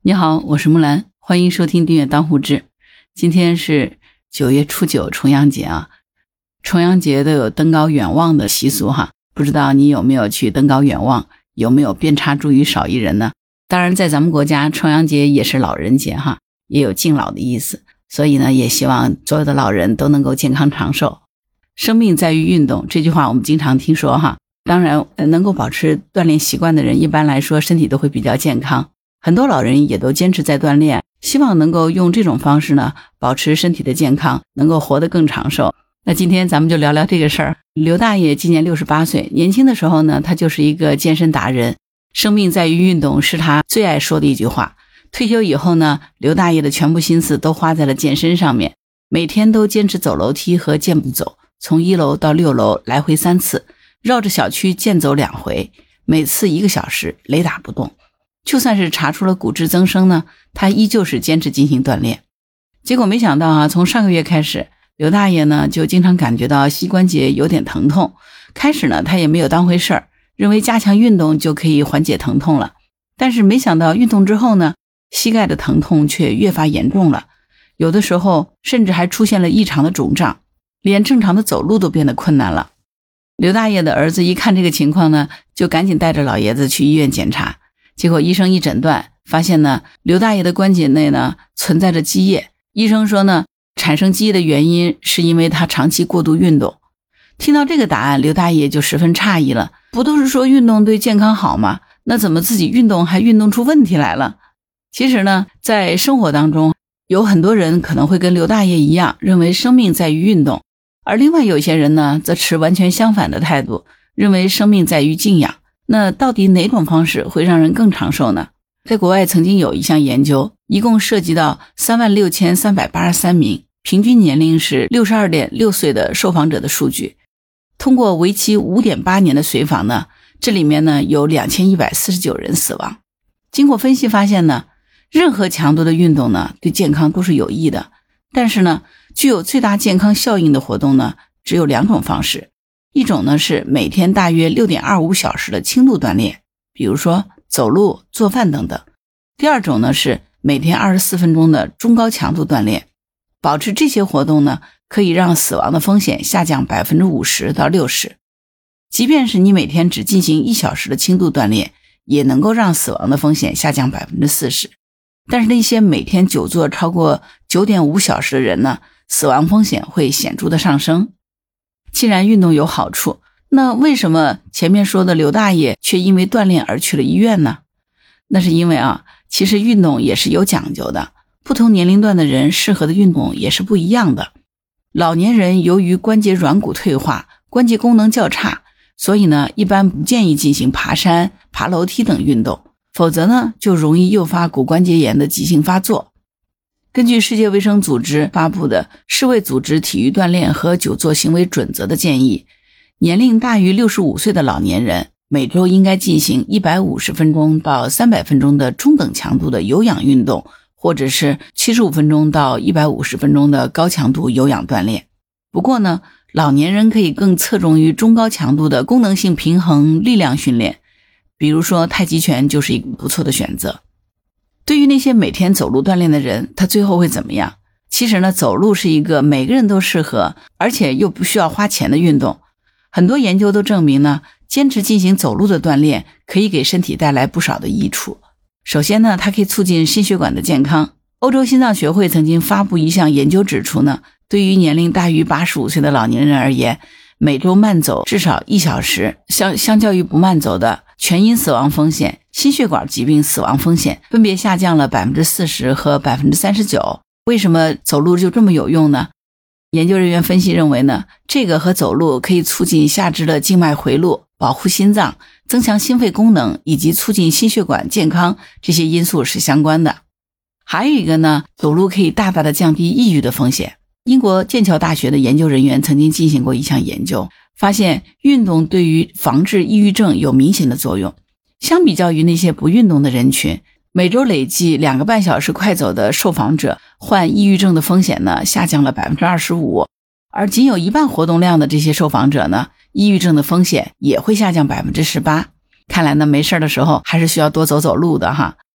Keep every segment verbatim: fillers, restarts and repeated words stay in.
你好，我是木兰，欢迎收听订阅当户志。今天是九月初九，重阳节啊。重阳节都有登高远望的习俗哈，不知道你有没有去登高远望，有没有遍插茱萸少一人呢？当然在咱们国家重阳节也是老人节哈，也有敬老的意思，所以呢也希望所有的老人都能够健康长寿。生命在于运动，这句话我们经常听说哈。当然能够保持锻炼习惯的人，一般来说身体都会比较健康。很多老人也都坚持在锻炼，希望能够用这种方式呢，保持身体的健康，能够活得更长寿。那今天咱们就聊聊这个事儿。刘大爷今年六十八岁，年轻的时候呢，他就是一个健身达人，生命在于运动是他最爱说的一句话。退休以后呢，刘大爷的全部心思都花在了健身上面，每天都坚持走楼梯和健步走，从一楼到六楼来回三次，绕着小区健走两回，每次一个小时，雷打不动。就算是查出了骨质增生呢，他依旧是坚持进行锻炼。结果没想到啊，从上个月开始，刘大爷呢就经常感觉到膝关节有点疼痛。开始呢他也没有当回事儿，认为加强运动就可以缓解疼痛了。但是没想到运动之后呢，膝盖的疼痛却越发严重了，有的时候甚至还出现了异常的肿胀，连正常的走路都变得困难了。刘大爷的儿子一看这个情况呢，就赶紧带着老爷子去医院检查。结果医生一诊断，发现呢，刘大爷的关节内呢存在着积液。医生说呢，产生积液的原因是因为他长期过度运动。听到这个答案，刘大爷就十分诧异了。不都是说运动对健康好吗？那怎么自己运动还运动出问题来了？其实呢，在生活当中，有很多人可能会跟刘大爷一样，认为生命在于运动，而另外有一些人呢，则持完全相反的态度，认为生命在于静养。那到底哪种方式会让人更长寿呢？在国外曾经有一项研究，一共涉及到三万六千三百八十三名，平均年龄是 六十二点六岁的受访者的数据。通过为期 五点八年的随访呢，这里面呢有两千一百四十九人死亡。经过分析发现呢，任何强度的运动呢对健康都是有益的，但是呢具有最大健康效应的活动呢只有两种方式。一种呢是每天大约 六点二五小时的轻度锻炼，比如说走路、做饭等等。第二种呢是每天二十四分钟的中高强度锻炼。保持这些活动呢，可以让死亡的风险下降 百分之五十到六十。即便是你每天只进行一小时的轻度锻炼，也能够让死亡的风险下降 百分之四十。但是那些每天久坐超过 九点五小时的人呢，死亡风险会显著的上升。既然运动有好处，那为什么前面说的刘大爷却因为锻炼而去了医院呢？那是因为啊，其实运动也是有讲究的，不同年龄段的人适合的运动也是不一样的。老年人由于关节软骨退化，关节功能较差，所以呢，一般不建议进行爬山、爬楼梯等运动，否则呢，就容易诱发骨关节炎的急性发作。根据世界卫生组织发布的世卫组织体育锻炼和久坐行为准则的建议，年龄大于六十五岁的老年人每周应该进行一百五十分钟到三百分钟的中等强度的有氧运动，或者是七十五分钟到一百五十分钟的高强度有氧锻炼。不过呢，老年人可以更侧重于中高强度的功能性平衡力量训练，比如说太极拳就是一个不错的选择。对于那些每天走路锻炼的人，他最后会怎么样？其实呢，走路是一个每个人都适合，而且又不需要花钱的运动。很多研究都证明呢，坚持进行走路的锻炼可以给身体带来不少的益处。首先呢，它可以促进心血管的健康。欧洲心脏学会曾经发布一项研究指出呢，对于年龄大于八十五岁的老年人而言，每周慢走至少一小时，相相较于不慢走的，全因死亡风险、心血管疾病死亡风险分别下降了 百分之四十 和 百分之三十九。 为什么走路就这么有用呢？研究人员分析认为呢，这个和走路可以促进下肢的静脉回路，保护心脏，增强心肺功能以及促进心血管健康这些因素是相关的。还有一个呢，走路可以大大的降低抑郁的风险。英国剑桥大学的研究人员曾经进行过一项研究，发现运动对于防治抑郁症有明显的作用。相比较于那些不运动的人群，每周累计两个半小时快走的受访者患抑郁症的风险呢下降了 百分之二十五， 而仅有一半活动量的这些受访者呢，抑郁症的风险也会下降 百分之十八。看来呢，没事的时候还是需要多走走路的哈。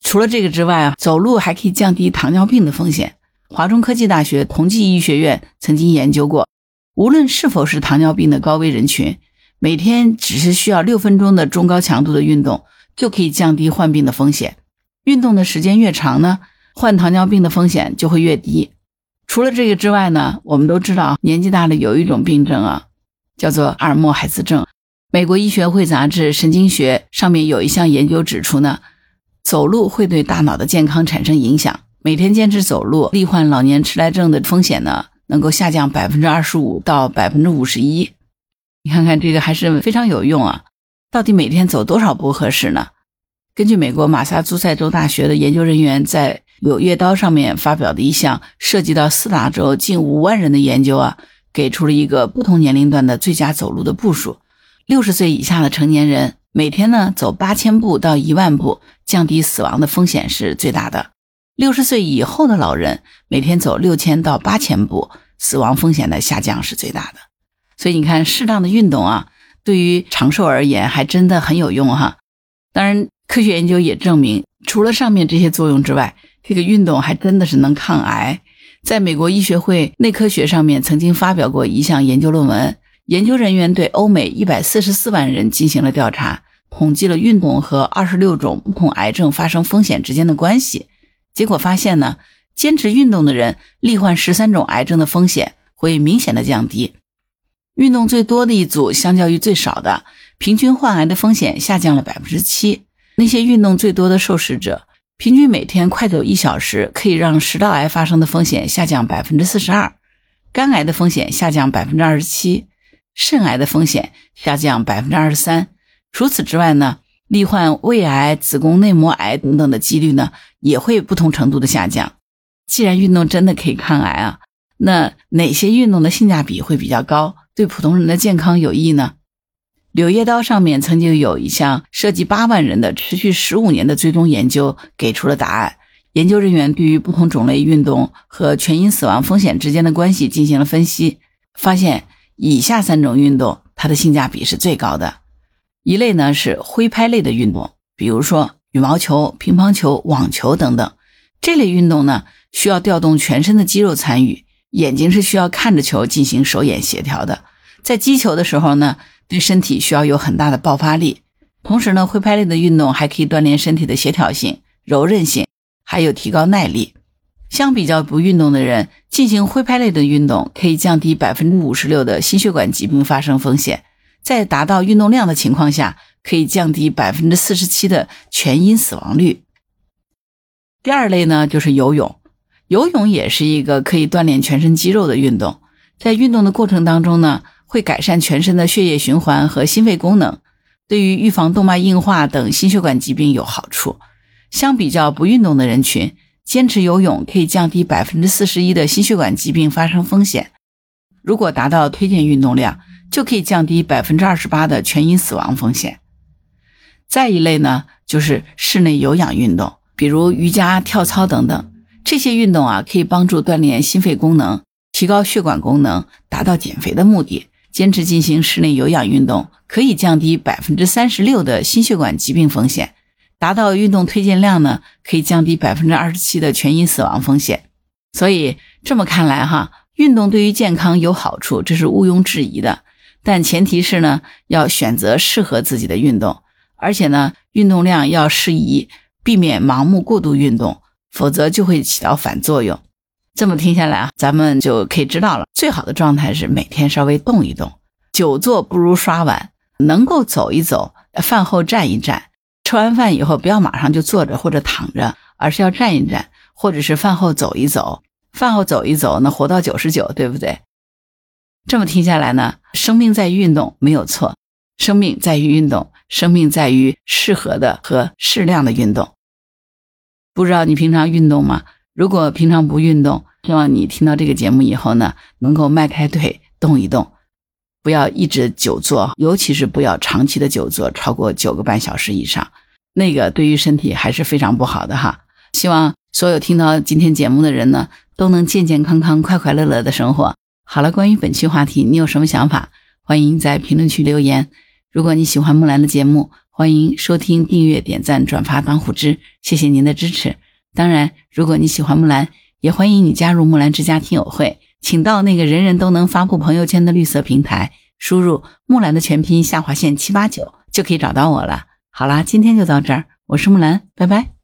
除了这个之外啊，走路还可以降低糖尿病的风险。华中科技大学同济医学院曾经研究过，无论是否是糖尿病的高危人群，每天只是需要六分钟的中高强度的运动，就可以降低患病的风险。运动的时间越长呢，患糖尿病的风险就会越低。除了这个之外呢，我们都知道年纪大了有一种病症啊，叫做阿尔默海兹症。美国医学会杂志神经学上面有一项研究指出呢，走路会对大脑的健康产生影响。每天坚持走路，罹患老年痴呆症的风险呢，能够下降 百分之二十五 到 百分之五十一。 你看看这个还是非常有用啊。到底每天走多少步合适呢？根据美国马萨诸塞州大学的研究人员在柳叶刀上面发表的一项涉及到四大洲近五万人的研究啊，给出了一个不同年龄段的最佳走路的步数。六十岁以下的成年人每天呢走八千步到一万步，降低死亡的风险是最大的。六十岁以后的老人每天走六千到八千步，死亡风险的下降是最大的。所以你看，适当的运动啊，对于长寿而言还真的很有用哈。当然科学研究也证明，除了上面这些作用之外，这个运动还真的是能抗癌。在美国医学会内科学上面曾经发表过一项研究论文，研究人员对欧美一百四十四万人进行了调查，统计了运动和二十六种不同癌症发生风险之间的关系。结果发现呢，坚持运动的人罹患十三种癌症的风险会明显的降低。运动最多的一组相较于最少的，平均患癌的风险下降了 百分之七。 那些运动最多的受试者，平均每天快走一小时可以让食道癌发生的风险下降 百分之四十二， 肝癌的风险下降 百分之二十七， 肾癌的风险下降 百分之二十三。 除此之外呢，罹患胃癌、子宫内膜癌等等的几率呢，也会不同程度的下降。既然运动真的可以抗癌啊，那哪些运动的性价比会比较高，对普通人的健康有益呢？柳叶刀上面曾经有一项涉及八万人的持续十五年的追踪研究给出了答案。研究人员对于不同种类运动和全因死亡风险之间的关系进行了分析，发现以下三种运动它的性价比是最高的。一类呢是挥拍类的运动，比如说羽毛球、乒乓球、网球等等。这类运动呢需要调动全身的肌肉参与，眼睛是需要看着球进行手眼协调的。在击球的时候呢，对身体需要有很大的爆发力。同时呢，挥拍类的运动还可以锻炼身体的协调性、柔韧性，还有提高耐力。相比较不运动的人，进行挥拍类的运动可以降低 百分之五十六 的心血管疾病发生风险，在达到运动量的情况下，可以降低 百分之四十七 的全因死亡率。第二类呢就是游泳。游泳也是一个可以锻炼全身肌肉的运动，在运动的过程当中呢，会改善全身的血液循环和心肺功能，对于预防动脉硬化等心血管疾病有好处。相比较不运动的人群，坚持游泳可以降低 百分之四十一 的心血管疾病发生风险。如果达到推荐运动量，就可以降低 百分之二十八 的全因死亡风险。再一类呢，就是室内有氧运动，比如瑜伽、跳操等等。这些运动啊，可以帮助锻炼心肺功能，提高血管功能，达到减肥的目的。坚持进行室内有氧运动，可以降低 百分之三十六 的心血管疾病风险。达到运动推荐量呢，可以降低 百分之二十七 的全因死亡风险。所以这么看来哈，运动对于健康有好处，这是毋庸置疑的。但前提是呢，要选择适合自己的运动，而且呢，运动量要适宜，避免盲目过度运动，否则就会起到反作用。这么听下来啊，咱们就可以知道了，最好的状态是每天稍微动一动，久坐不如刷碗，能够走一走，饭后站一站，吃完饭以后不要马上就坐着或者躺着，而是要站一站，或者是饭后走一走，饭后走一走，那活到九十九，对不对？这么听下来呢，生命在于运动没有错，生命在于运动，生命在于适合的和适量的运动。不知道你平常运动吗？如果平常不运动，希望你听到这个节目以后呢，能够迈开腿动一动，不要一直久坐，尤其是不要长期的久坐，超过九个半小时以上，那个对于身体还是非常不好的哈。希望所有听到今天节目的人呢，都能健健康康、快快乐乐的生活。好了，关于本期话题，你有什么想法？欢迎在评论区留言。 如果你喜欢木兰的节目，欢迎收听、订阅、点赞、转发当户知，谢谢您的支持。当然，如果你喜欢木兰，也欢迎你加入木兰之家听友会，请到那个人人都能发布朋友圈的绿色平台，输入木兰的全拼下划线七八九就可以找到我了。好啦，今天就到这儿，我是木兰，拜拜。